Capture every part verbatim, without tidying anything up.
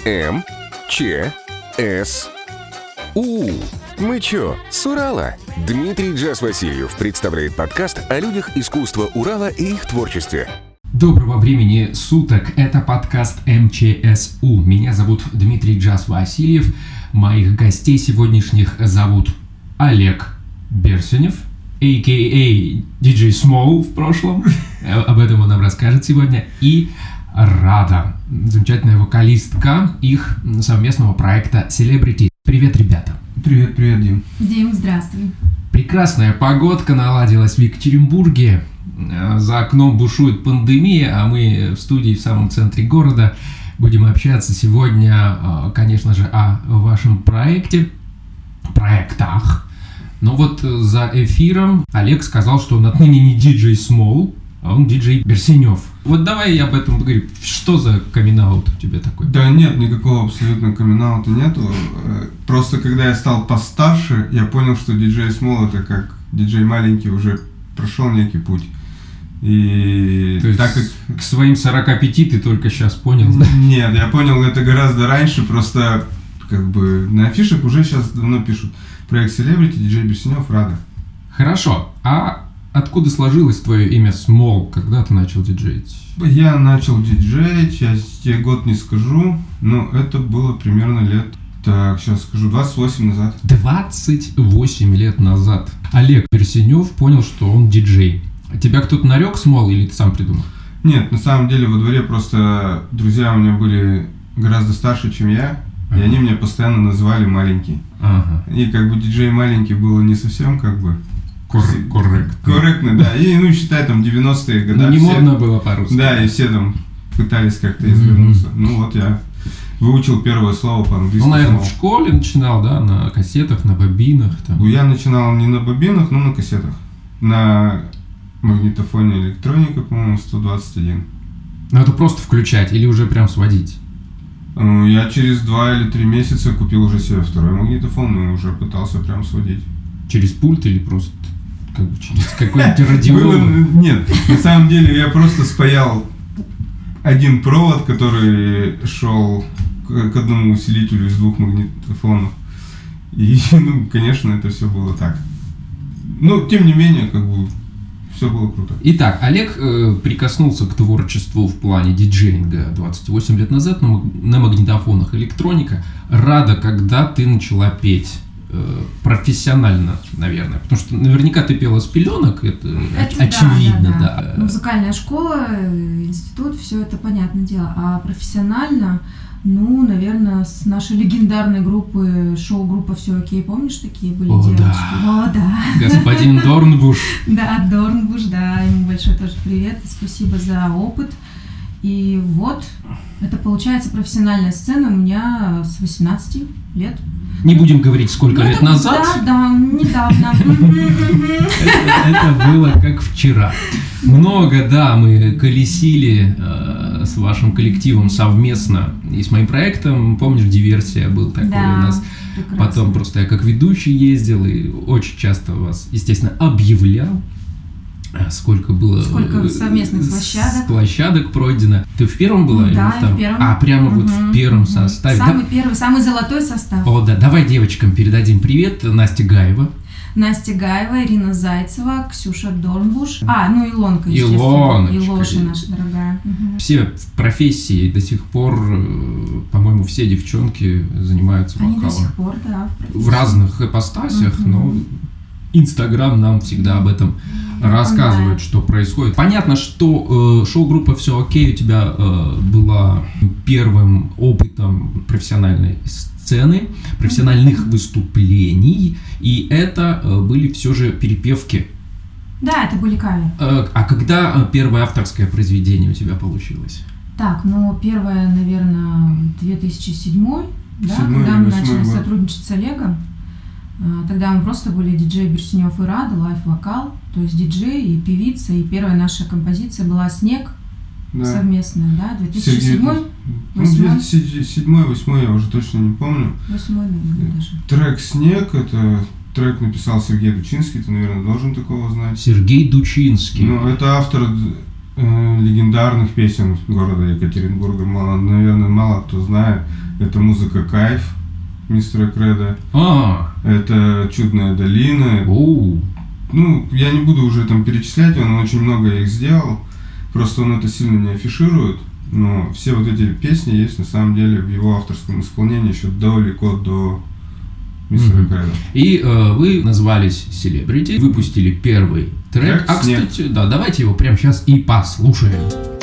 М, Ч, С, У. Мы чё, с Урала? Дмитрий Джаз Васильев представляет подкаст о людях искусства Урала и их творчестве. Доброго времени суток, это подкаст эм че эс у. Меня зовут Дмитрий Джаз Васильев. Моих гостей сегодняшних зовут Олег Берсенев, а ка а. ди джей Small в прошлом. Об этом он нам расскажет сегодня. И Рада, замечательная вокалистка их совместного проекта Celebrity. Привет, ребята. Привет, привет, Дим. Дим, здравствуй. Прекрасная погодка наладилась в Екатеринбурге. За окном бушует пандемия, а мы в студии в самом центре города. Будем общаться сегодня, конечно же, о вашем проекте, проектах. Но вот за эфиром Олег сказал, что он отныне не ди джей Small, а он ди джей Берсенев. Вот давай я об этом поговорю. Что за камин-аут у тебя такой? Да нет, никакого абсолютно камин-аута нету. Просто когда я стал постарше, я понял, что ди джей Small это как диджей маленький уже прошел некий путь. И то есть так как... к своим сорока пяти ты только сейчас понял? Нет, я понял это гораздо раньше, просто как бы на афишах уже сейчас давно пишут проект Celebrity, диджей Берсенев, Рада. Хорошо, а откуда сложилось твое имя Small, когда ты начал диджеить? Я начал диджеить, я тебе год не скажу, но это было примерно лет, так, сейчас скажу, двадцать восемь назад. двадцать восемь лет назад Олег Берсенев понял, что он диджей. Тебя кто-то нарек Small или ты сам придумал? Нет, на самом деле во дворе просто друзья у меня были гораздо старше, чем я, ага. И они меня постоянно называли маленький. Ага. И как бы диджей маленький было не совсем как бы... Кор- корректно. Корректно, да. И, ну, считай, там, девяностые годы. Ну, не все... модно было по-русски. Да, и все там пытались как-то извернуться. Mm-hmm. Ну, вот я выучил первое слово по-английски. Ну, наверное, в школе начинал, да, на кассетах, на бобинах. Там. Ну, я начинал не на бобинах, но на кассетах. На магнитофоне электроника, по-моему, сто двадцать один. Ну, это просто включать или уже прям сводить? Я через два или три месяца купил уже себе второй магнитофон и уже пытался прям сводить. Через пульт или просто как бы через какой-нибудь радиола? Нет, на самом деле я просто спаял один провод, который шел к одному усилителю из двух магнитофонов. И, ну, конечно, это все было так. Но, тем не менее, как бы, все было круто. Итак, Олег э, прикоснулся к творчеству в плане диджеинга двадцать восемь лет назад на, на магнитофонах электроника. Рада, когда ты начала петь? Профессионально, наверное, потому что наверняка ты пела с пеленок, это, это очевидно, да, да, да. да. Музыкальная школа, институт, все это понятное дело, а профессионально, ну, наверное, с нашей легендарной группы, шоу-группа «Все окей», помнишь, такие были О, девочки? Да. О, да. Господин Дорнбуш. Да, Дорнбуш, да, ему большой тоже привет, спасибо за опыт. И вот, это получается профессиональная сцена у меня с восемнадцати лет. Не будем говорить, сколько ну, лет это, назад. Да, да, недавно. Это было как вчера. Много, да, мы колесили с вашим коллективом совместно и с моим проектом. Помнишь, диверсия был такой у нас. Потом просто я как ведущий ездил и очень часто вас, естественно, объявлял. Сколько было Сколько совместных площадок. площадок пройдено. Ты в первом была? Да, или там? в первом. А, прямо угу, вот в первом угу. составе. Самый да? первый, самый золотой состав. О, да. Давай девочкам передадим привет. Настя Гаева. Настя Гаева, Ирина Зайцева, Ксюша Дорнбуш. А, ну Илонка, естественно. Илоночка. Илоша наша дорогая. Угу. Все в профессии до сих пор, по-моему, все девчонки занимаются вокалом. Они до сих пор, да. В, в разных ипостасях, угу. но Инстаграм нам всегда об этом рассказывает, что происходит. Понятно, что э, шоу-группа «Все окей» у тебя э, была первым опытом профессиональной сцены, профессиональных mm-hmm. выступлений, и это э, были все же перепевки. Да, это были каверы. Э, а когда первое авторское произведение у тебя получилось? Так, ну первое, наверное, две тысячи седьмой, да, седьмой, когда мы начали год. сотрудничать с Олегом. Тогда мы просто были диджей Берсенев и Рада, лайв-вокал, то есть диджей и певица, и первая наша композиция была «Снег», да. Совместная, да, две тысячи седьмой, восьмой. две тысячи седьмой, восьмой, я уже точно не помню. восьмой, наверное, даже. Трек «Снег», это трек написал Сергей Дучинский, ты, наверное, должен такого знать. Сергей Дучинский. Ну, это автор э, легендарных песен города Екатеринбурга. Мало, наверное, мало кто знает. Это музыка «Кайф» мистера Кредо. А. Это «Чудная долина». Оу. Ну, я не буду уже там перечислять, он очень много их сделал. Просто он это сильно не афиширует. Но все вот эти песни есть на самом деле в его авторском исполнении еще далеко до мистера mm-hmm. Кредо. И э, вы назвались Celebrity, выпустили первый трек. трек а, кстати, «Снег». Да, давайте его прямо сейчас и послушаем.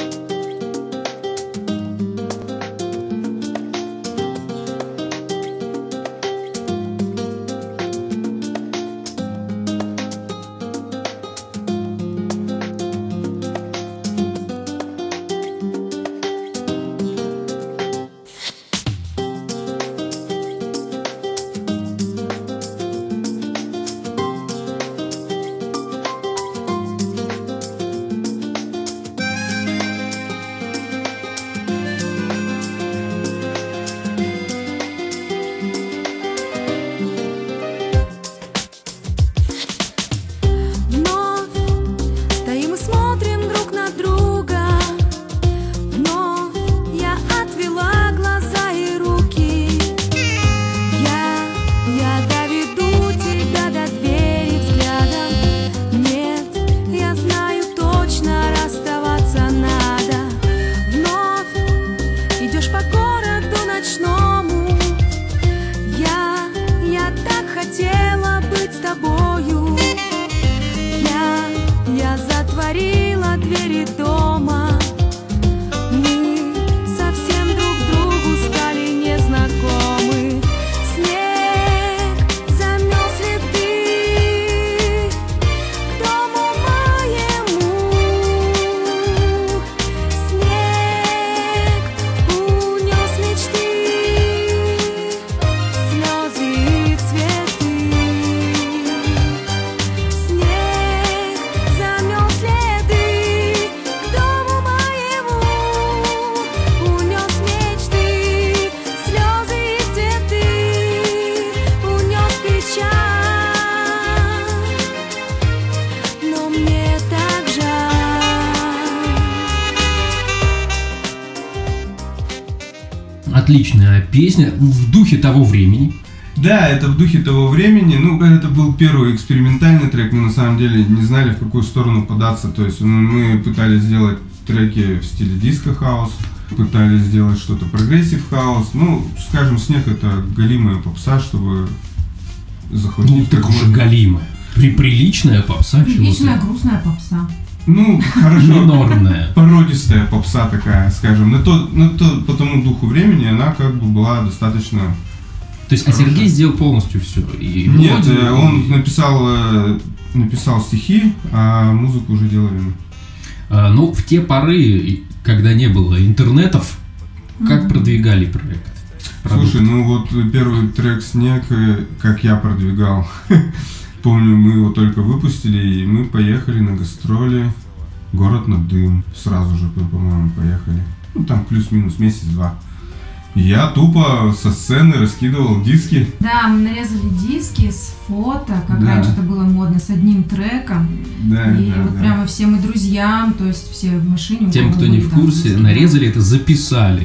Отличная песня, в духе того времени. Да, это в духе того времени. Ну, это был первый экспериментальный трек. Мы на самом деле не знали, в какую сторону податься. То есть мы пытались сделать треки в стиле диско-хаус, пытались сделать что-то прогрессив-хаус. Ну, скажем, «Снег» — это галимая попса, чтобы захватить. Ну, так уже галимая. При приличная попса. Приличная грустная попса. Ну, хорошо. Минорная. Породистая попса такая, скажем. На то, на то, по тому духу времени она как бы была достаточно... То есть, хорошая. А Сергей сделал полностью все? И Нет, мелодию, он и... написал, написал стихи, а музыку уже делали мы. А, ну, в те поры, когда не было интернетов, как mm-hmm. продвигали проект? Продукт? Слушай, ну вот первый трек «Снег», как я продвигал... Помню, мы его только выпустили, и мы поехали на гастроли «Город на дым». Сразу же, по-моему, поехали. Ну, там плюс-минус месяц-два. Я тупо со сцены раскидывал диски. Да, мы нарезали диски с фото, как да. раньше это было модно, с одним треком. Да, и да, вот да. прямо всем и друзьям, то есть все в машине. Тем, кто не в курсе, нарезали это, записали.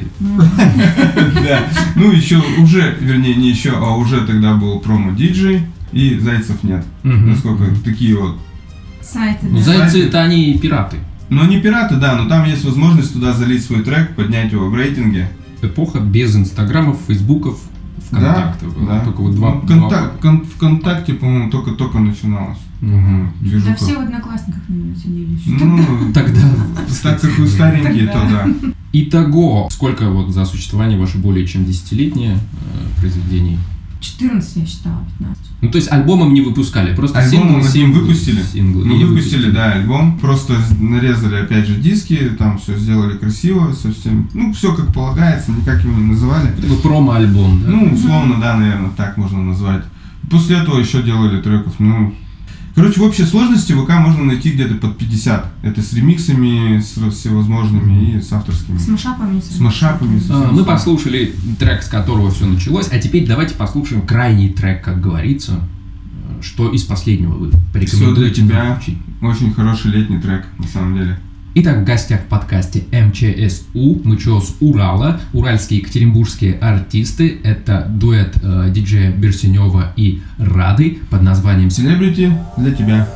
Да, ну еще уже, вернее не еще, а уже тогда был промо-диджей. И зайцев нет. Угу. Насколько такие вот сайты. Да. Зайцы это они пираты. Ну они пираты, да, но там есть возможность туда залить свой трек, поднять его в рейтинге. Эпоха без инстаграмов, фейсбуков, вконтакте. Да, да. Только вот два. Ну, контакт, кон, ВКонтакте, по-моему, только-только начиналось. Угу. Да все в Одноклассниках, наверное, сидели еще. Ну, тогда. Так как вы старенькие, то да. Итого, сколько вот за существование ваше более чем десятилетнее произведений? четырнадцать, я считала, пятнадцать. Ну, то есть альбомом не выпускали, просто альбомом синглы, выпустили. Синглы, мы выпустили, выпустили, да, альбом. Просто нарезали, опять же, диски, там все сделали красиво, совсем. Ну, все как полагается, никак его не называли. Это промо-альбом, да? Ну, условно, да, наверное, так можно назвать. После этого еще делали треков, ну... Короче, в общей сложности ВК можно найти где-то под пятьдесят. Это с ремиксами, с всевозможными и с авторскими. С машапами. С машапами. А, мы послушали трек, с которого все началось, а теперь давайте послушаем крайний трек, как говорится. Что из последнего вы порекомендуете? Все для тебя. Очень хороший летний трек, на самом деле. Итак, в гостях в подкасте эм че эс у, мы чё с Урала, уральские екатеринбургские артисты. Это дуэт э, диджея Берсенева и Рады под названием «Celebrity» для тебя.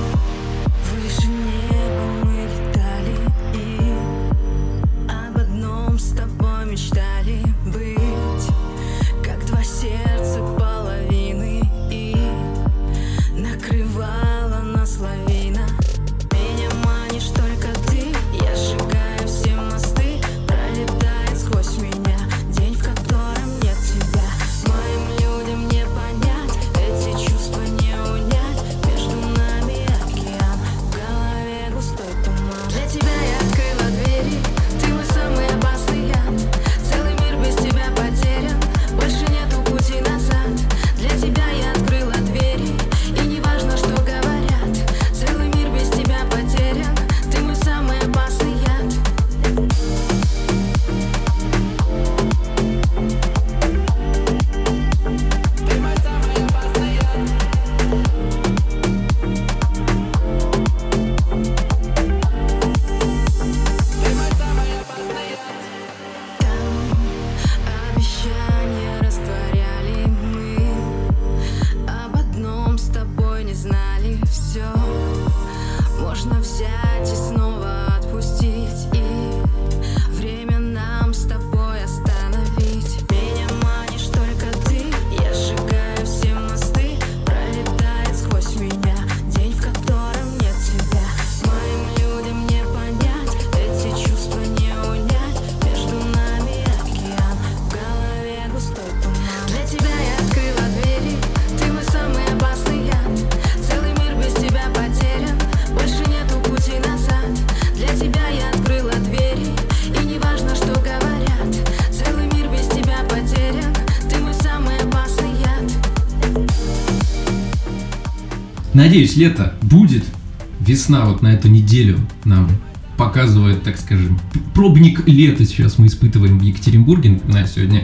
Надеюсь, лето будет. Весна вот на эту неделю нам показывает, так скажем, пробник лета сейчас мы испытываем в Екатеринбурге. На сегодня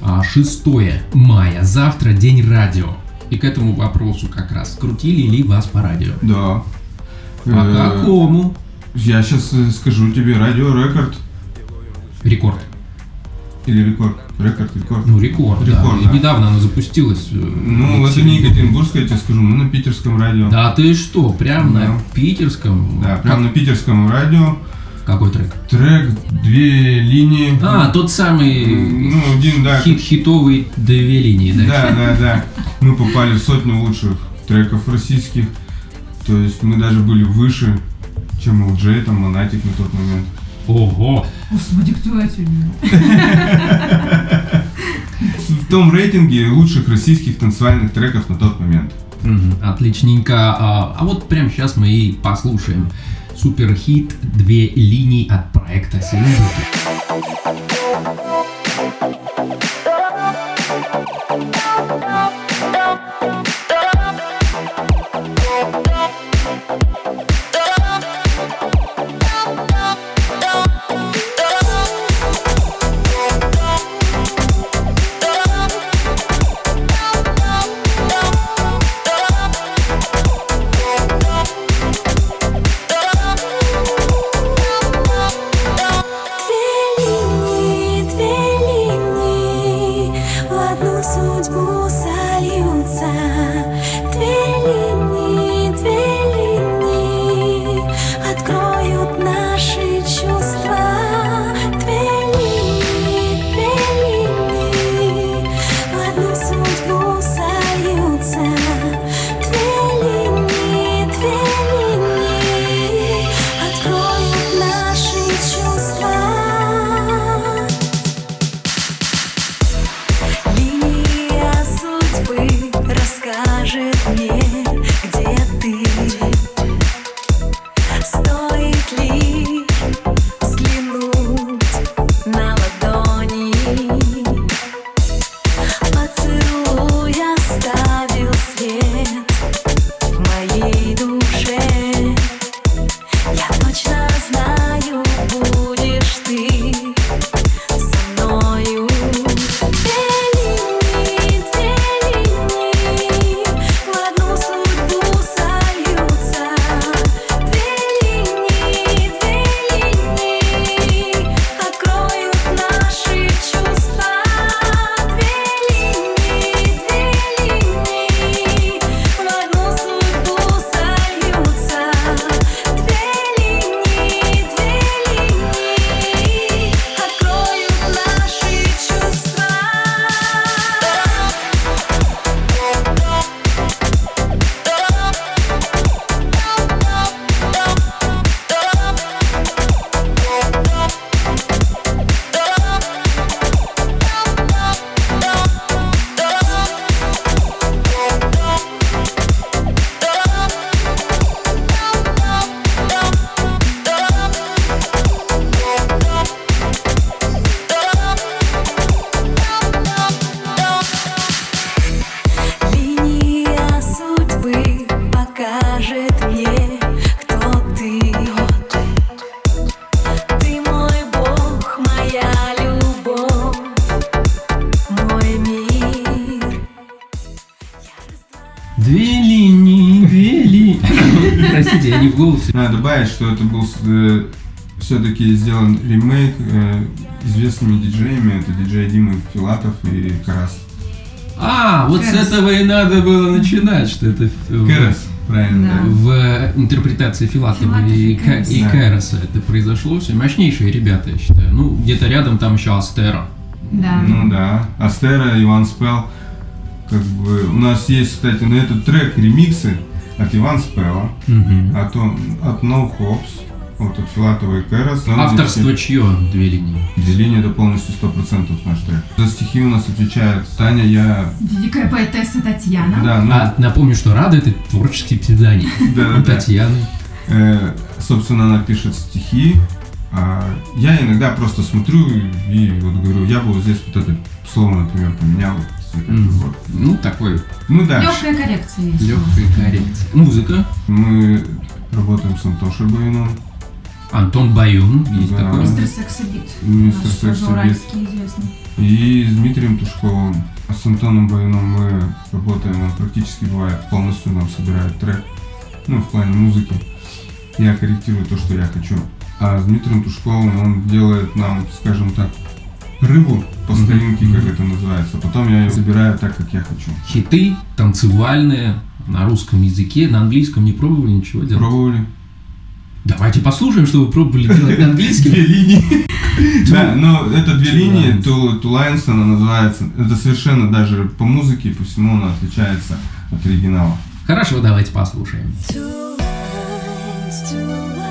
шестое мая. Завтра день радио. И к этому вопросу как раз. Крутили ли вас по радио? Да. По какому? Я сейчас скажу тебе. Радио Рекорд. Рекорд. Или рекорд? Рекорд, рекорд. Ну, рекорд, рекорд да. да. Недавно оно запустилось. Ну, это не Екатеринбургское, я тебе скажу, мы на питерском радио. Да ты что, прям да. на питерском? Да, прям как... на питерском радио. Какой трек? Трек «Две линии». А, тот самый ну, один, да. хит, хитовый «Две линии», да? Да, да, да. Мы попали в сотню лучших треков российских. То есть мы даже были выше, чем эл джей, там, Монатик на тот момент. Ого! Господи, кто это? В том рейтинге лучших российских танцевальных треков на тот момент. Угу, отличненько. А, а вот прямо сейчас мы и послушаем суперхит «Две линии» от проекта «Celebrity». Две линии, две в голосе. Надо добавить, что это был э, все-таки сделан ремейк э, известными диджеями. Это диджей Дима Филатов и Карас. А, вот Кэрос. с этого и надо было начинать, что это в, Кэрос, правильно. Да. в интерпретации Филатова Филатов и, и Ка- Кэрос. и Да. Кэроса это произошло. Все мощнейшие ребята, я считаю. Ну, где-то рядом там еще Астера. Да. Ну да. Астера, Иван Спел. Как бы у нас есть, кстати, на этот трек ремиксы от Иван Спела, Мгм. от, он- от No Hops, вот от Филатова и Кэрос. Авторство чье? Две линии. Деление это полностью сто процентов наш трек. За стихи у нас отвечает Таня, я... Великая поэтесса Татьяна. Да, ну, А, напомню, что Рада — это творческий псевдоним да, у да. Татьяны. Э, собственно, она пишет стихи, а я иногда просто смотрю и вот говорю, я бы вот здесь вот это слово, например, поменял. И как бы Мгм. вот. Ну, такой Ну дальше. Легкая коррекция есть. легкой коррекции. Музыка. Мы работаем с Антошей Баюном. Антон Баюн, есть Да. такой. Мистер Сексобит. Мистер Наш тоже Сексобит. уральский известный. И с Дмитрием Тушковым. А с Антоном Баюном мы работаем, он практически бывает полностью нам собирает трек. Ну, в плане музыки. Я корректирую то, что я хочу. А с Дмитрием Тушковым он делает нам, скажем так, рыбу по Мгм. старинке, как Мгм. это называется. Потом я ее забираю так, как я хочу. Хиты танцевальные на русском языке, на английском не пробовали ничего делать? Пробовали? Давайте послушаем, что вы пробовали делать на английском. Две линии. Да, но это две Two линии, Lines. Two Two Lines она называется. Это совершенно даже по музыке, по всему она отличается от оригинала. Хорошо, давайте послушаем. Two lines, two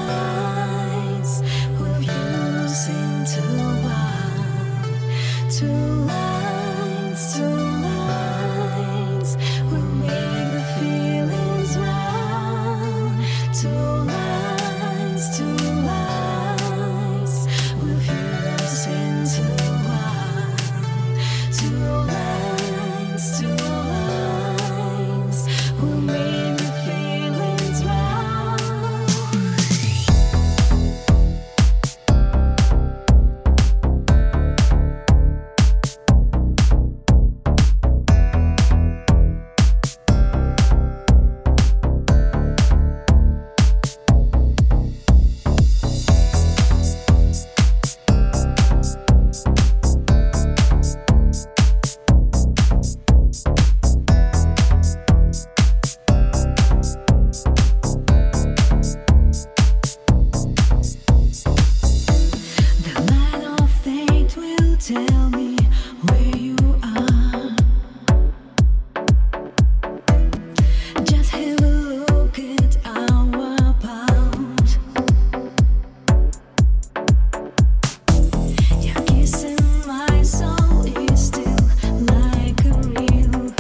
lines, we'll fuse into one. Two lines, two lines, we'll make the feelings run. Two lines, two lines, we'll fuse into one. Two lines, two lines, we'll make the feelings run. The line of fate will tell me where you are. Just have a look at our past. Your kiss in my soul is still like a real.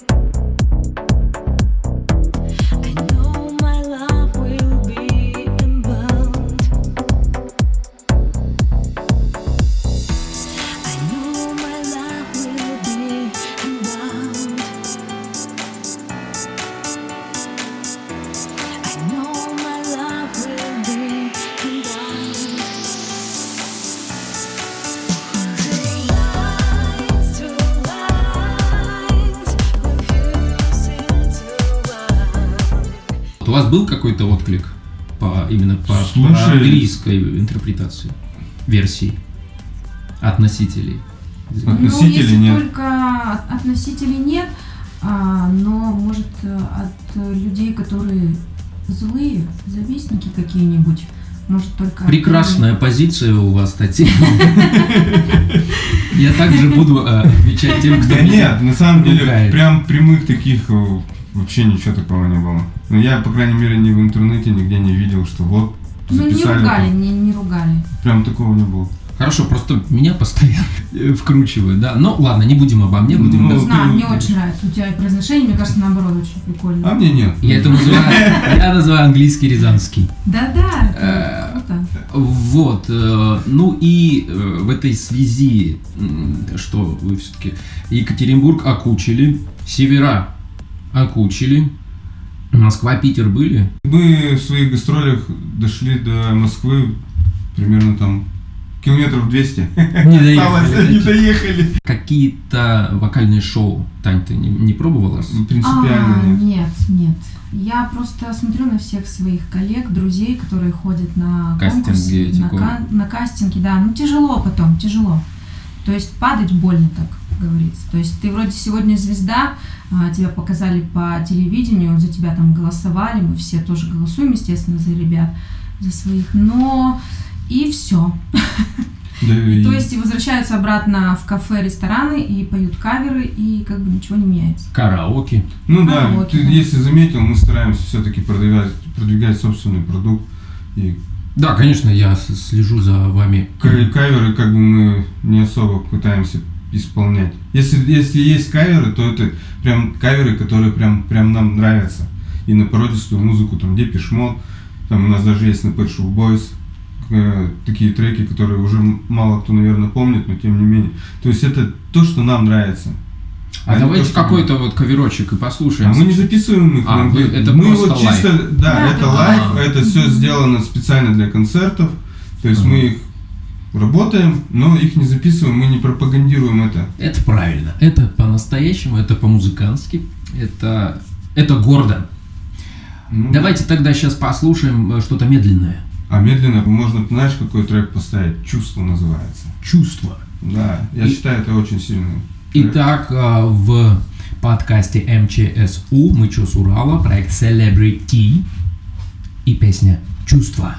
I know my love will be unbound. I know my love will be unbound. I know my love will be unbound. Two lines, two lines, we'll fuse into one. Вот у вас был какой-то отклик по, именно по, по Слушай. английской интерпретации, версии от носителей? От Ну, носителей если нет. только от, от носителей нет, а, но может э, от э, людей, которые злые, завистники какие-нибудь, может только... от Прекрасная позиция у вас, Татьяна. Я также буду э, отвечать тем, кто Да нет, на самом деле, ругает. прям прямых таких э, вообще ничего такого не было. Ну я, по крайней мере, ни в интернете нигде не видел, что вот Ну, не записали. ругали, там. не, не ругали. Прям такого не было. Хорошо, просто меня постоянно э, вкручивают, да. Ну ладно, не будем обо мне, будем... Ну, да. ты- Знаю, мне очень нравится у тебя и произношение, мне кажется, наоборот, очень прикольно. А мне нет. Я это называю, я называю английский рязанский. Да-да, Э, это круто. Вот, э, ну и э, в этой связи, м, что вы все-таки Екатеринбург окучили, севера окучили, Москва, Питер были? Мы в своих гастролях дошли до Москвы примерно там километров километров двести. Не Осталось, доехали. не доехали. Какие-то вокальные шоу, Тань, ты не, не пробовала? Принципиально А, нет. нет, нет. Я просто смотрю на всех своих коллег, друзей, которые ходят на Кастинги конкурсы, эти, на, кон- ка- на кастинги, да. Ну, тяжело потом, тяжело. То есть падать больно, так говорится. То есть ты вроде сегодня звезда, а, тебя показали по телевидению, за тебя там голосовали, мы все тоже голосуем, естественно, за ребят, за своих, но и все. Да, и- То есть и возвращаются обратно в кафе, рестораны и поют каверы, и как бы ничего не меняется. Караоке. Ну да, Караоке, ты, да. если заметил, мы стараемся все-таки продвигать, продвигать собственный продукт. И Да, конечно, я с- слежу за вами. ка- каверы как бы мы не особо пытаемся исполнять. Если, если есть каверы, то это прям каверы, которые прям, прям нам нравятся. И на пародистую музыку, там Depeche Mode, там у нас даже есть на Pet Shop Boys э, такие треки, которые уже мало кто, наверное, помнит, но тем не менее. То есть это то, что нам нравится. А не давайте то, что какой-то вот каверочек и послушаем. А мы не записываем их. А, мы, вы- это мы просто вот чисто, лайв. да, Да, это это лайв, лайв. это все сделано специально для концертов. То есть Ага. мы их работаем, но их не записываем, мы не пропагандируем это. Это правильно. Это по-настоящему, это по-музыкански, это, это гордо. Ну, Давайте тогда сейчас послушаем э, что-то медленное. А медленно можно, знаешь, какой трек поставить? «Чувство» называется. Чувство. Да, я И- считаю, это очень сильный трек. Итак, э, в подкасте эм че эс у «Мы чё с Урала», проект Celebrity и песня «Чувство».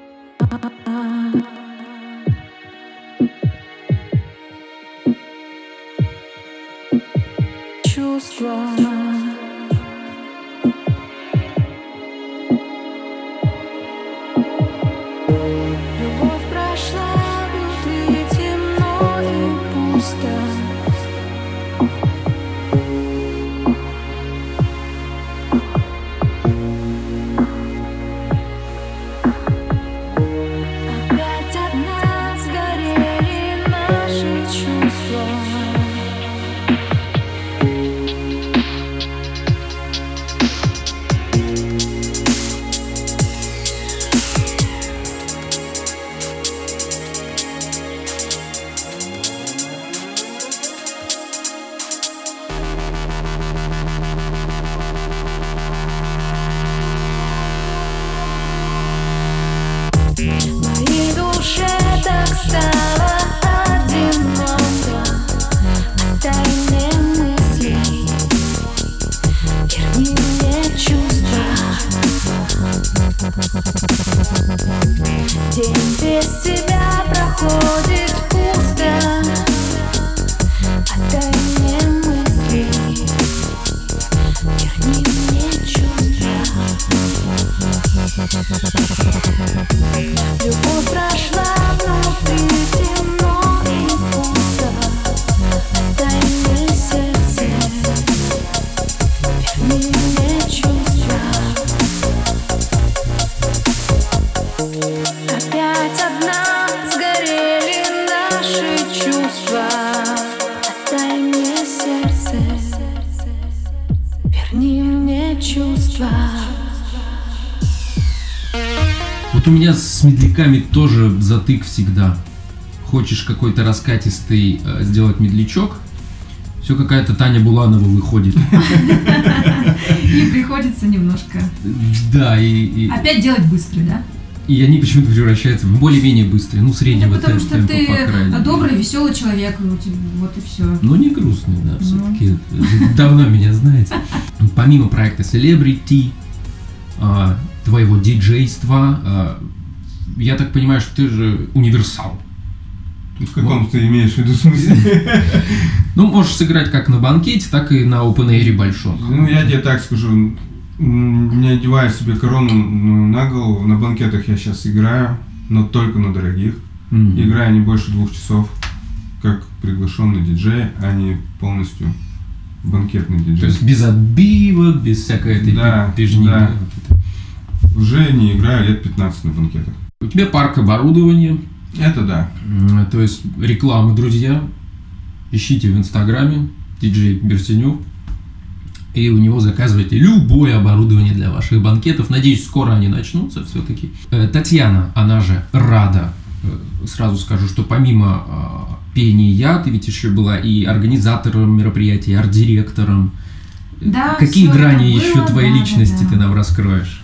Чувства. Любовь прошла, внутри темно и пусто. Опять одна сгорели наши чувства. Моей душе так стало одиноко, тайне мыслей, верни мне чувства. День без тебя проходит пусто, отдай мне мысли, верни мне чувства. Любовь прошла, внутри темно и пусто. Отдай мне сердце, верни мне чувства. Опять одна сгорели наши чувства. Отдай мне сердце, верни мне чувства. Вот у меня с медляками тоже затык всегда. Хочешь какой-то раскатистый э, сделать медлячок, все какая-то Таня Буланова выходит. И приходится немножко Да, и, и, опять делать быстрый, да? и они почему-то превращаются в более-менее быстрые, ну, среднего Ну, потому темпа, что ты по крайней мере. добрый, веселый человек, и вот, вот и все. Ну, не грустный, да, Ну. все-таки давно меня знаете. Помимо проекта Celebrity, а, твоего диджейства, а, я так понимаю, что ты же универсал. В каком ты имеешь в виду смысле? Ну, можешь сыграть как на банкете, так и на open air большом. Ну, я тебе так скажу, м, не одеваю себе корону ну, на голову. На банкетах я сейчас играю, но только на дорогих. Мгм. Играю не больше двух часов, как приглашенный диджей, а не полностью банкетный То диджей. есть без отбивок, без всякой этой Да, пижни. да. Уже не играю лет пятнадцать на банкетах. У тебя парк оборудования, Это да. м, то есть реклама, друзья. Ищите в инстаграме диджей Берсенев, и у него заказывайте любое оборудование для ваших банкетов. Надеюсь, скоро они начнутся все-таки. Татьяна, она же Рада, э, сразу скажу, что помимо э, пения, ты ведь еще была и организатором мероприятий, арт-директором. Да, какие всё грани это еще было, твоей да, личности да, да. ты нам раскроешь?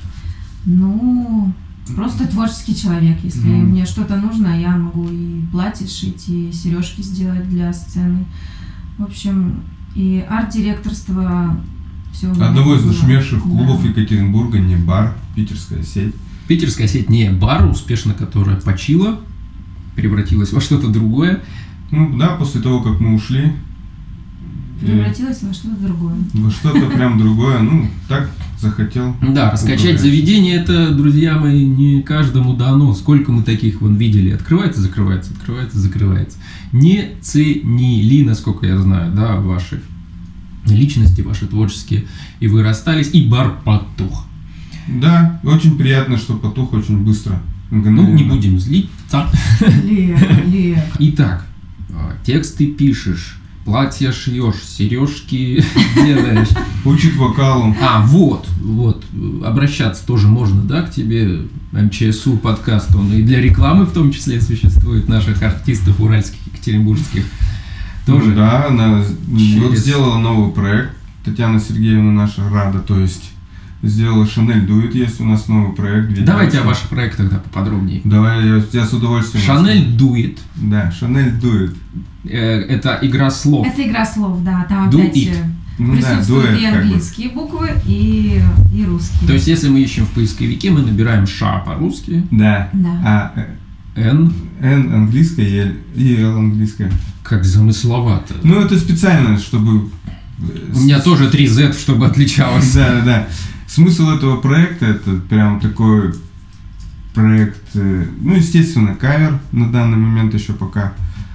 Ну, просто творческий человек. Если Мгм. мне что-то нужно, я могу и платье сшить, и сережки сделать для сцены. В общем, и арт-директорство все. Одного из нашумевших клубов Екатеринбурга, не бар, питерская сеть. Питерская сеть не бар, успешно которая почила, превратилась во что-то другое. Ну да, после того, как мы ушли, Превратилось во что-то другое. во что-то прям другое, ну, так захотел. Да, раскачать управлять. заведение, это, друзья мои, не каждому дано. Сколько мы таких вон видели. Открывается, закрывается, открывается, закрывается. Не ценили, насколько я знаю, да, ваши личности, ваши творческие. И вы расстались, и бар потух. Да, очень приятно, что потух очень быстро. Ну, не мгновенно. будем злиться. Лек, Лек. Итак, а, тексты пишешь, платья шьешь, сережки делаешь. Учит вокалу. А, вот, вот, обращаться тоже можно, да, к тебе, эм че эс у подкаст, он и для рекламы в том числе существует, наших артистов уральских, екатеринбургских. Тоже. Ну да, она Через- вот сделала новый проект. Татьяна Сергеевна наша Рада, то есть сделала Шанель Дует, есть у нас новый проект. видео. Давайте о ваших проектах тогда поподробнее. Давай, я, я с удовольствием. Шанель дует. Да, Шанель Дует. Э, это игра слов. Это игра слов, да. Там Do опять it. э, Ну да, присутствуют дуэт и как бы. английские буквы, и, и русские. То есть, если мы ищем в поисковике, мы набираем ша по-русски, Да. Да. А э, н, Н английская и Л, и Л английская. как замысловато. Ну это специально, чтобы... У меня тоже три зет, чтобы отличалось. Да, да, да. Смысл этого проекта это прям такой проект, э, ну естественно кавер на данный момент еще пока.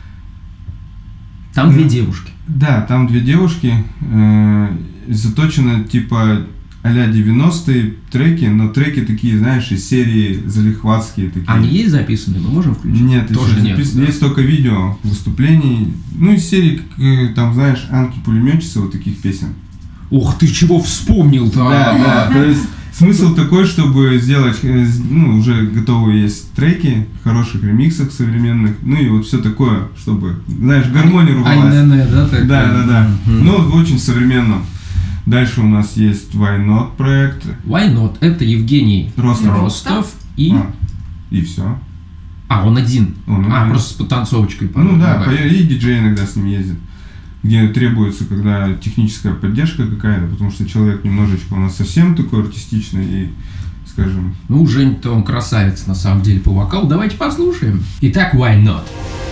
Там две Ну, девушки. Да, там две девушки, э, заточено типа а-ля девяностые треки, но треки такие, знаешь, из серии залихватские такие. Они есть записаны, мы можем включить? Нет, тоже еще нет. записано. да? Есть только видео выступлений. Ну, из серии, как, э, там, знаешь, Анки Пулеметчицы, вот таких песен. Ух, ты чего вспомнил-то? Да, да. То есть смысл такой, чтобы сделать, э, с- ну, уже готовые есть треки, хороших ремиксах современных, ну и вот все такое, чтобы, знаешь, гармония рвалась. Ай-не-не, да? такая? Да, да, да. Мгм. Ну, в очень современном. Дальше у нас есть Why Not проект. Why not? Это Евгений Ростов. Ростов и... А, и все. А, он один. Он а, один. просто с подтанцовочкой. Ну да, Давай. по- и диджей иногда с ним ездит. Где требуется, когда техническая поддержка какая-то, потому что человек немножечко у нас совсем такой артистичный и, скажем, Ну, Жень-то он красавец, на самом деле, по вокалу. Давайте послушаем. Итак, Why not?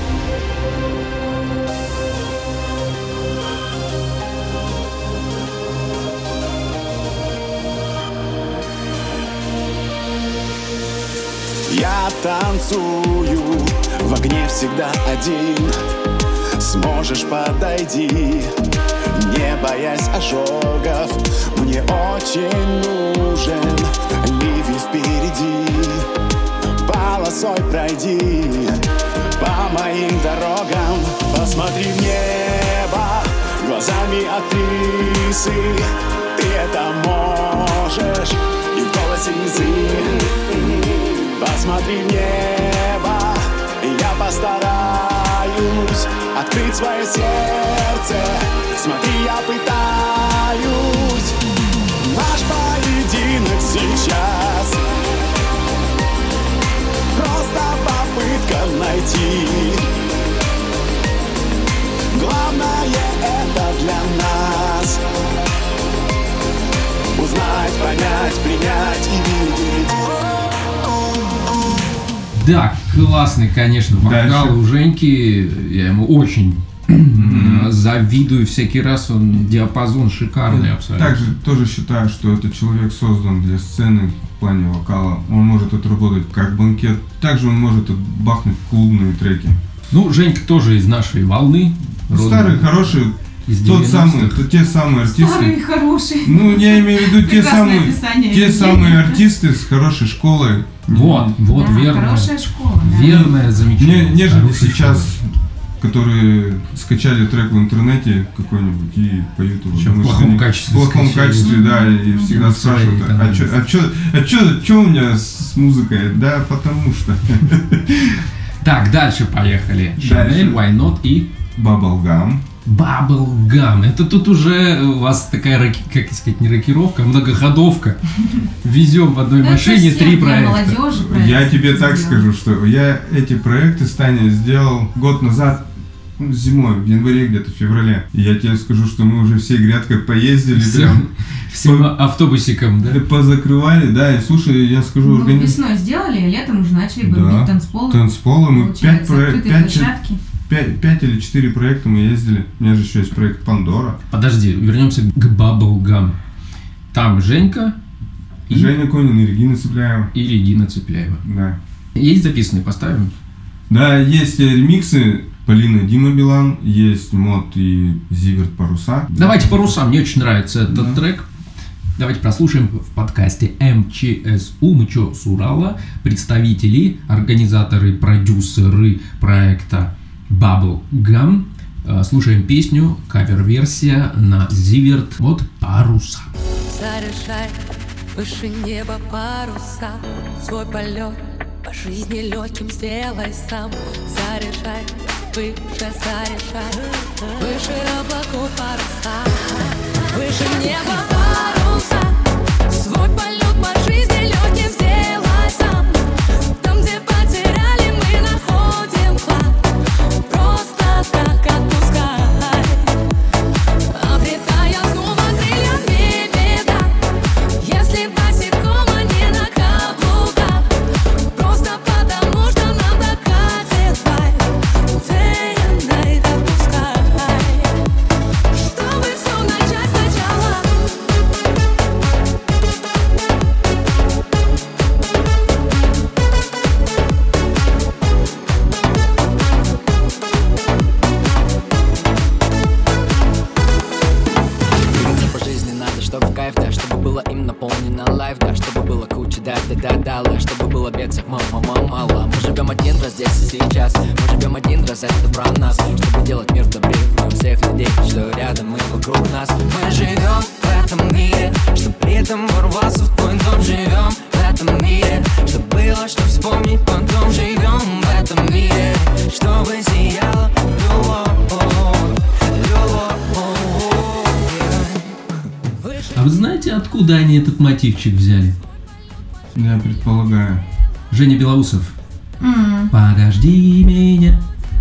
Я танцую в огне всегда один. Сможешь подойди, не боясь ожогов. Мне очень нужен ливень впереди. Полосой пройди по моим дорогам. Посмотри в небо глазами актрисы. Ты это можешь, и в голосе язык. Посмотри в небо, и я постараюсь открыть свое сердце. Смотри, я пытаюсь. Наш поединок сейчас просто попытка найти. Главное это для нас узнать, понять, принять и видеть. Да, классный, конечно, вокал Дальше. у Женьки. Я ему очень Мгм. завидую всякий раз. Он диапазон шикарный абсолютно. Также тоже считаю, что этот человек создан для сцены в плане вокала. Он может отработать как банкет, также он может бахнуть клубные треки. Ну, Женька тоже из нашей волны. родом Старый, хороший, из тот самый, девяностых. т- те самые артисты. Старый, хороший. Ну, я имею в виду те Прекрасное самые, описание те людей. самые артисты с хорошей школой. Вот, вот, Да, верно. хорошая школа, да. Верное замечание. Не- нежели Хорошая сейчас, школа. которые скачали трек в интернете какой-нибудь и поют его. Причем в Думаешь, плохом они- качестве В плохом скачали. качестве, да, и всегда Ну, спрашивают, свои, а там, чё, а чё, а чё, чё у меня с музыкой? Да, потому что. Так, дальше поехали. Дальше. Шанель, Why Not и Bubblegum. Bubblegum. Это тут уже у вас такая, роки- как сказать, не рокировка, а многоходовка. Везем в одной Ну, это машине совсем три для проекта. молодежи проект Я тебе так сделал. скажу, что я эти проекты с Таней сделал год назад, ну, зимой, в январе где-то, в феврале. И я тебе скажу, что мы уже всей грядкой поездили, Всем, прям всем автобусиком, да? позакрывали, да, и слушай, я скажу, Ну, органи- весной сделали, а летом уже начали Да. бомбить танцполы. танцполы, мы пять, Получается, проек- открытые пять, площадки. пять- пять или четыре проекта мы ездили. У меня же еще есть проект Пандора. Подожди, вернемся к Bubblegum. Там Женька и, Женя Конин и Регина Цепляева. и Регина Цепляева. Да. Есть записанные, поставим? Да, есть э, ремиксы Полина и Дима Билан, есть Мод и Зиверт Паруса. Давайте паруса, мне очень нравится этот Да. трек. Давайте прослушаем в подкасте эм че эс у «Мы чё, с Урала», представители, организаторы, продюсеры проекта Bubblegum. Э, Слушаем песню, кавер-версия на Зиверт от Паруса. Заряжай выше неба паруса, свой полет по жизни легким сделай сам. Заряжай выше, заряжай выше облаков паруса, выше неба паруса, свой полет по жизни легким сделай сам. Там, где потеряли, мы находим клад, просто так отпускай, обретая снова крыльями беда. Если босиком, а не на каблуках, просто потому, что нам так катит вайб. Day and night отпускай, чтобы все начать сначала. Двигаться по жизни надо, чтобы в кайф, да, чтобы было им наполнено лайф, да, чтобы было куча, да, да, да, да, чтобы было бедцев, мама, мама, мало. Мы живем один раз здесь и сейчас, мы живем один раз, это про нас, чтобы делать мир добрее, у всех людей, что рядом и вокруг нас. Мы живем в этом мире, чтобы при этом ворваться в твой дом. Живем в этом мире, чтобы было что вспомнить потом. Живем в этом мире, чтобы сияла любовь, любовь. А вы знаете, откуда они этот мотивчик взяли? Я предполагаю. Женя Белоусов. М. Подожди меня,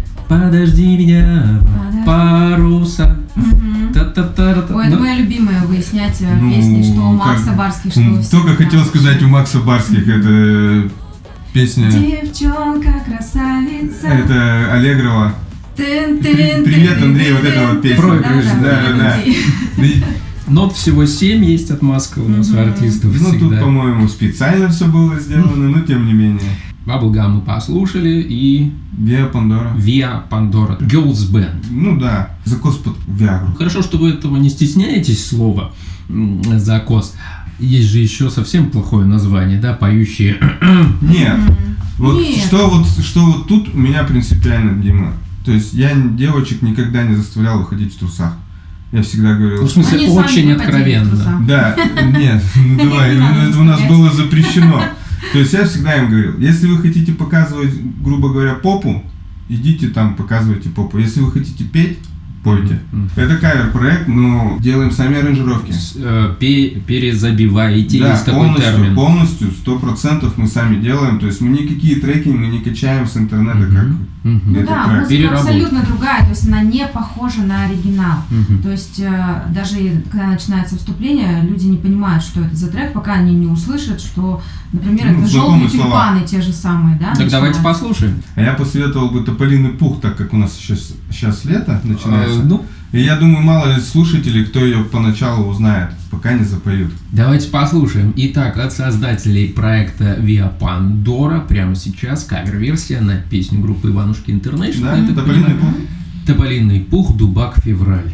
подожди меня, Подожди. паруса. Мгм. Та-та-та-та-та. Ой, это Ну, моя любимая выяснять э, Ну, песни, что у Макса как- Барских, что М, у Только всех. хотел сказать у Макса Барских, это песня, Девчонка, красавица. это Аллегрова. Тын, тын, Привет, тын, Андрей, тын, вот эта вот тын. песня. Проигрыш, да, да, да. И- Нот всего семь есть от Маска у нас у Мгм. артистов Ну, тут, всегда. по-моему, специально все было сделано, но тем не менее. Bubblegum мы послушали и Виа Пандора. Via Pandora. Girls Band. Ну да, закос под Виагру. Хорошо, что вы этого не стесняетесь слова м, закос. Есть же еще совсем плохое название, да, поющие. Нет. Вот Нет. что вот что вот тут у меня принципиально, Дима. То есть я девочек никогда не заставлял выходить в трусах. Я всегда говорил, Ну, в смысле, Они сами очень выходили в откровенно. трусах. да, нет, ну давай, Не надо это у нас заставлять. было запрещено. То есть я всегда им говорил, если вы хотите показывать, грубо говоря, попу, идите там, показывайте попу. Если вы хотите петь, пойте. Мгм. Это кавер-проект, но делаем сами аранжировки. С- э, пе- Перезабиваете, Да, есть такой полностью, термин. полностью, сто процентов мы сами делаем. То есть мы никакие треки мы не качаем с интернета, Мгм. как Мгм. Ну этот да, трек. музыка Переработка. абсолютно другая, то есть она не похожа на оригинал. Мгм. То есть э, даже когда начинается вступление, люди не понимают, что это за трек, пока они не услышат, что, например, Ну, это знакомые желтые слова. тюльпаны те же самые, да? Так давайте начинаются. послушаем. А я посоветовал бы Тополиный пух, так как у нас сейчас, сейчас лето начинается. Э, Ну, И я думаю, мало ли слушателей, кто ее поначалу узнает, пока не запоют. давайте послушаем. Итак, от создателей проекта Via Pandora прямо сейчас кавер-версия на песню группы Иванушки Интернешнл. Да, Я так Тополиный понимаю, пух. Тополиный пух, дубак, февраль.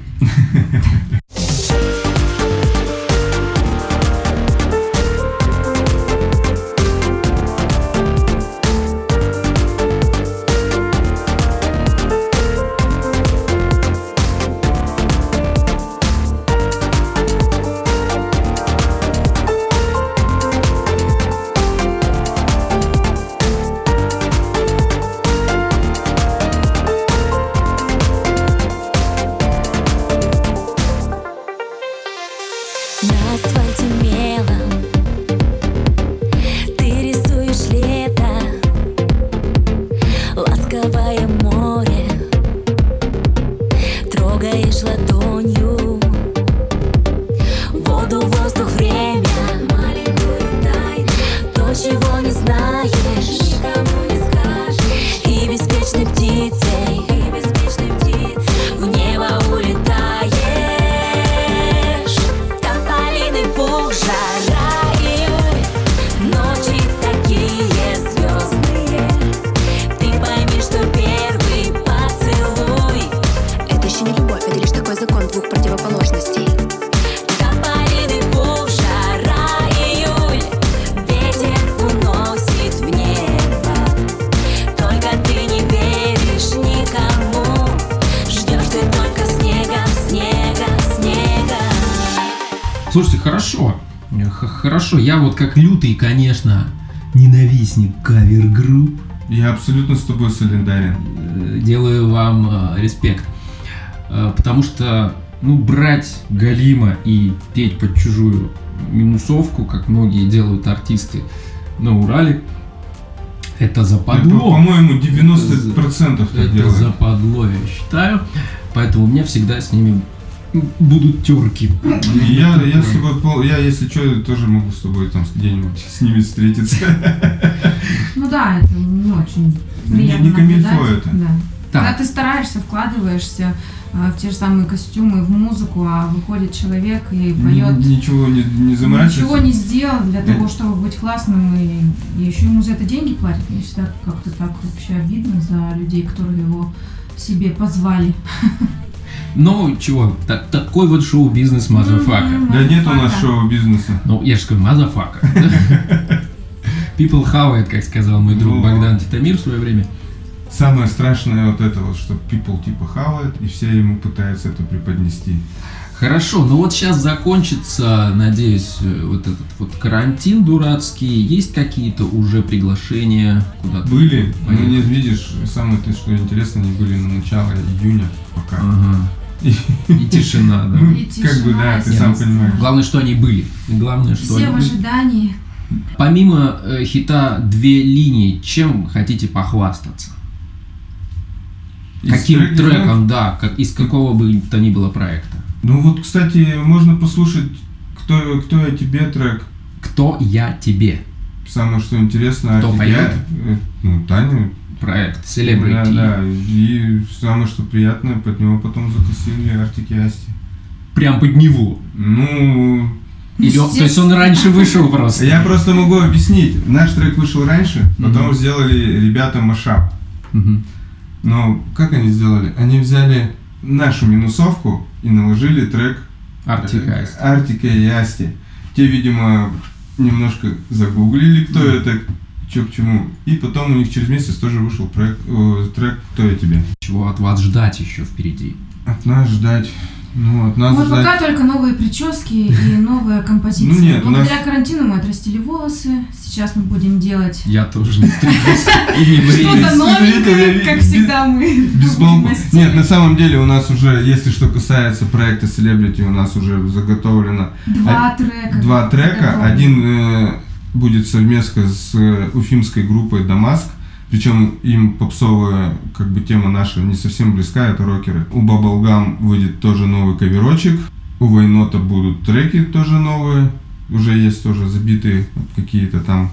Thank розовое море, трогаешь ладонью воду, воздух, время, маленькую тайну, то, чего не знаешь, никому не скажешь. И беспечной птицей, и беспечной птицей в небо улетаешь. Тополиный пух, жара, июль, ночи такие звездные. Ты пойми, что первый поцелуй — это еще не любовь, это лишь такой закон двух противоположностей. Тополиный пух, жара, июль, ветер уносит в небо. Только ты не веришь никому, ждешь ты только снега, снега, снега. Слушайте, хорошо. Х- Хорошо, я вот как лютый, конечно, ненавистник кавер-групп, Я абсолютно с тобой солидарен. э, делаю вам э, респект. Э, Потому что, ну, брать Галима и петь под чужую минусовку, как многие делают артисты на Урале, это Это, западло. по-моему, девяносто процентов так Это делают. западло, я считаю. Поэтому у меня всегда с ними будут терки. И Я, я с тобой, пол- я, если что, тоже могу с тобой там где-нибудь с ними встретиться. Ну да, это не очень Не- приятно не камильфо наблюдать. это. Да. Так. Когда ты стараешься, вкладываешься а, в те же самые костюмы, в музыку, а выходит человек и поет, Ни- Ничего не, не заморачиваться. ничего не сделал для Я- того, чтобы быть классным, и, и еще ему за это деньги платят. Мне всегда как-то так вообще обидно за людей, которые его себе позвали. Ну, чего, так- такой вот шоу-бизнес мазафака. Мгм. Да нет у нас Мазафака. шоу-бизнеса. Ну, я же говорю, мазафака. People хавает, как сказал мой друг Ну. Богдан Титамир в свое время. Самое страшное вот это вот, что people типа хавает, и все ему пытаются это преподнести. Хорошо, ну вот сейчас закончится, надеюсь, э, вот этот вот карантин дурацкий. Есть какие-то уже приглашения куда-то? Были, но Понятно. не видишь, самое то, что интересно, они были на начало июня пока. Ага. И- И тишина, да. Ну, И как бы да, тишина, ты сам естественно. понимаешь. Главное, что они были. Главное, что Все они в были. ожидании. Помимо э, хита «Две линии», чем хотите похвастаться? Из Каким треков, треком, да, как, из какого бы то ни было проекта? Ну вот, кстати, можно послушать «Кто, кто я тебе» трек. «Кто я тебе» Самое что интересно, Кто Артик поет? Я- э, ну, Таня. проект Celebrity. Да, да. И самое что приятное, под него потом закусили Артик и Асти. Прям под него. Ну, Или он- то есть он раньше вышел просто. я просто могу объяснить. Наш трек вышел раньше, потом Мгм. сделали ребята машап. Мгм. Но как они сделали? Они взяли нашу минусовку и наложили трек Артик э, Асти. Артика и Асти. Те, видимо, немножко загуглили, кто это, что к чему. И потом у них через месяц тоже вышел проект, э, трек «Кто я тебе». Чего от вас ждать еще впереди? От нас ждать. Ну, от нас Вот ждать. пока только новые прически и новая композиция. Ну нет, у Благодаря нас- карантину мы отрастили волосы. Сейчас мы будем делать Я тоже не стригусь и не что-то бреюсь. новенькое, Видите, как без- всегда мы. Без будем балкона. на стиле. Нет, на самом деле у нас уже, если что касается проекта Celebrity, у нас уже заготовлено Два трека. два трека. Готовы. Один э, будет совместно с э, уфимской группой Дамаск. Причем им попсовая как бы тема наша не совсем близка, это рокеры. У Bubblegum выйдет тоже новый каверочек. У Вайнота будут треки тоже новые. Уже есть тоже забитые какие-то там.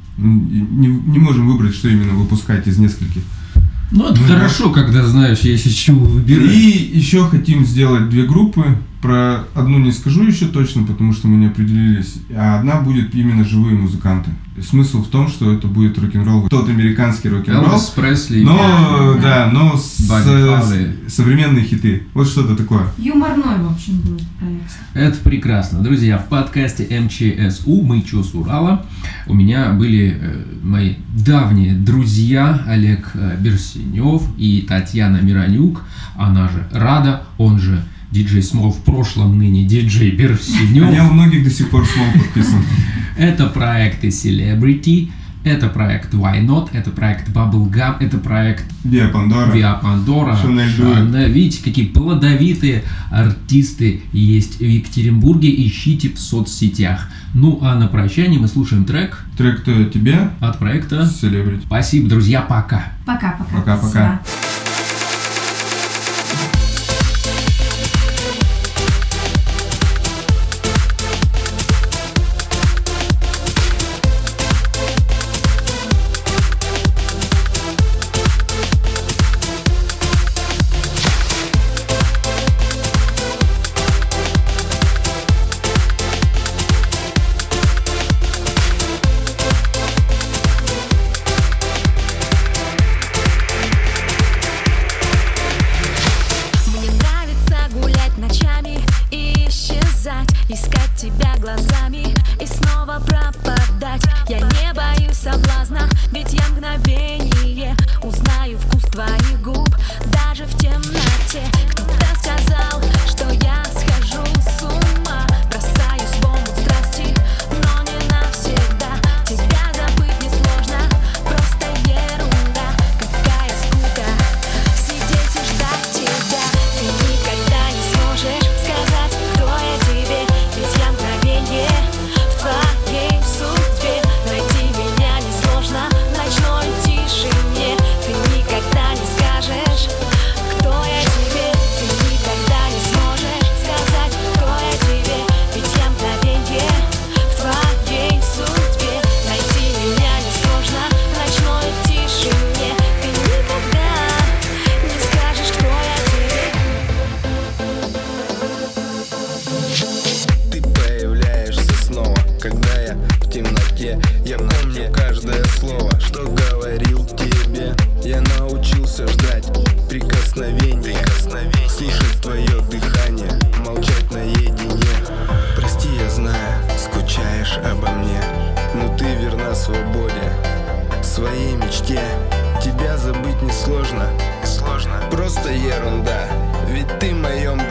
Не, не можем выбрать, что именно выпускать из нескольких. Ну, это Ну, хорошо, когда знаешь, есть из чего выбирать. И еще хотим сделать две группы. Про одну не скажу еще точно, потому что мы не определились. А одна будет именно живые музыканты. Смысл в том, что это будет рок-н-ролл. Тот американский рок-н-ролл. Элвис Пресли. Но, Да, да, но с, Бадди Холли. с- современные хиты. Вот что-то такое. Юморной, в общем, будет проект. Это прекрасно. Друзья, в подкасте эм че эс у «Мы чё с Урала» у меня были э, мои давние друзья Олег э, Берсенев и Татьяна Миронюк, она же Рада, он же диджей Смол, в прошлом ныне диджей Берсенев. А я у многих до сих пор смол подписан. Это проекты Celebrity, Это проект Why Not, это проект Bubblegum, это проект Via Pandora. Via Pandora. Chanel Duet. Видите, какие плодовитые артисты есть в Екатеринбурге. Ищите в соцсетях. Ну а на прощание мы слушаем трек. Трек «Кто я тебе» от проекта Celebrity. Спасибо, друзья, пока. Пока-пока. Пока-пока. Искать тебя глазами и снова пропадать. Я не боюсь соблазна, ведь я мгновение узнаю вкус твоих губ даже в темноте. Кто-то сказал, что я схожу с ума, бросаюсь в омут страсти, но не навсегда. Тебя забыть несложно, просто ерунда. Какая скука сидеть и ждать тебя. Ты никогда не сможешь сказать, кто я тебе, ведь я мгновенье в твоей судьбе. Найти меня несложно в ночной тишине. Ты никогда не скажешь, кто я тебе. Ты никогда не сможешь сказать, кто я тебе, ведь я мгновенье в твоей судьбе. Найти меня несложно в ночной тишине. Ты никогда не скажешь, кто я тебе. Ты появляешься снова, когда я в темноте. Я помню каждое слово, что говорил тебе. Я научился ждать прикосновения, слушать твое дыхание, молчать наедине. Прости, я знаю, скучаешь обо мне, но ты верна свободе, своей мечте. Тебя забыть несложно, сложно, просто ерунда, ведь ты в моем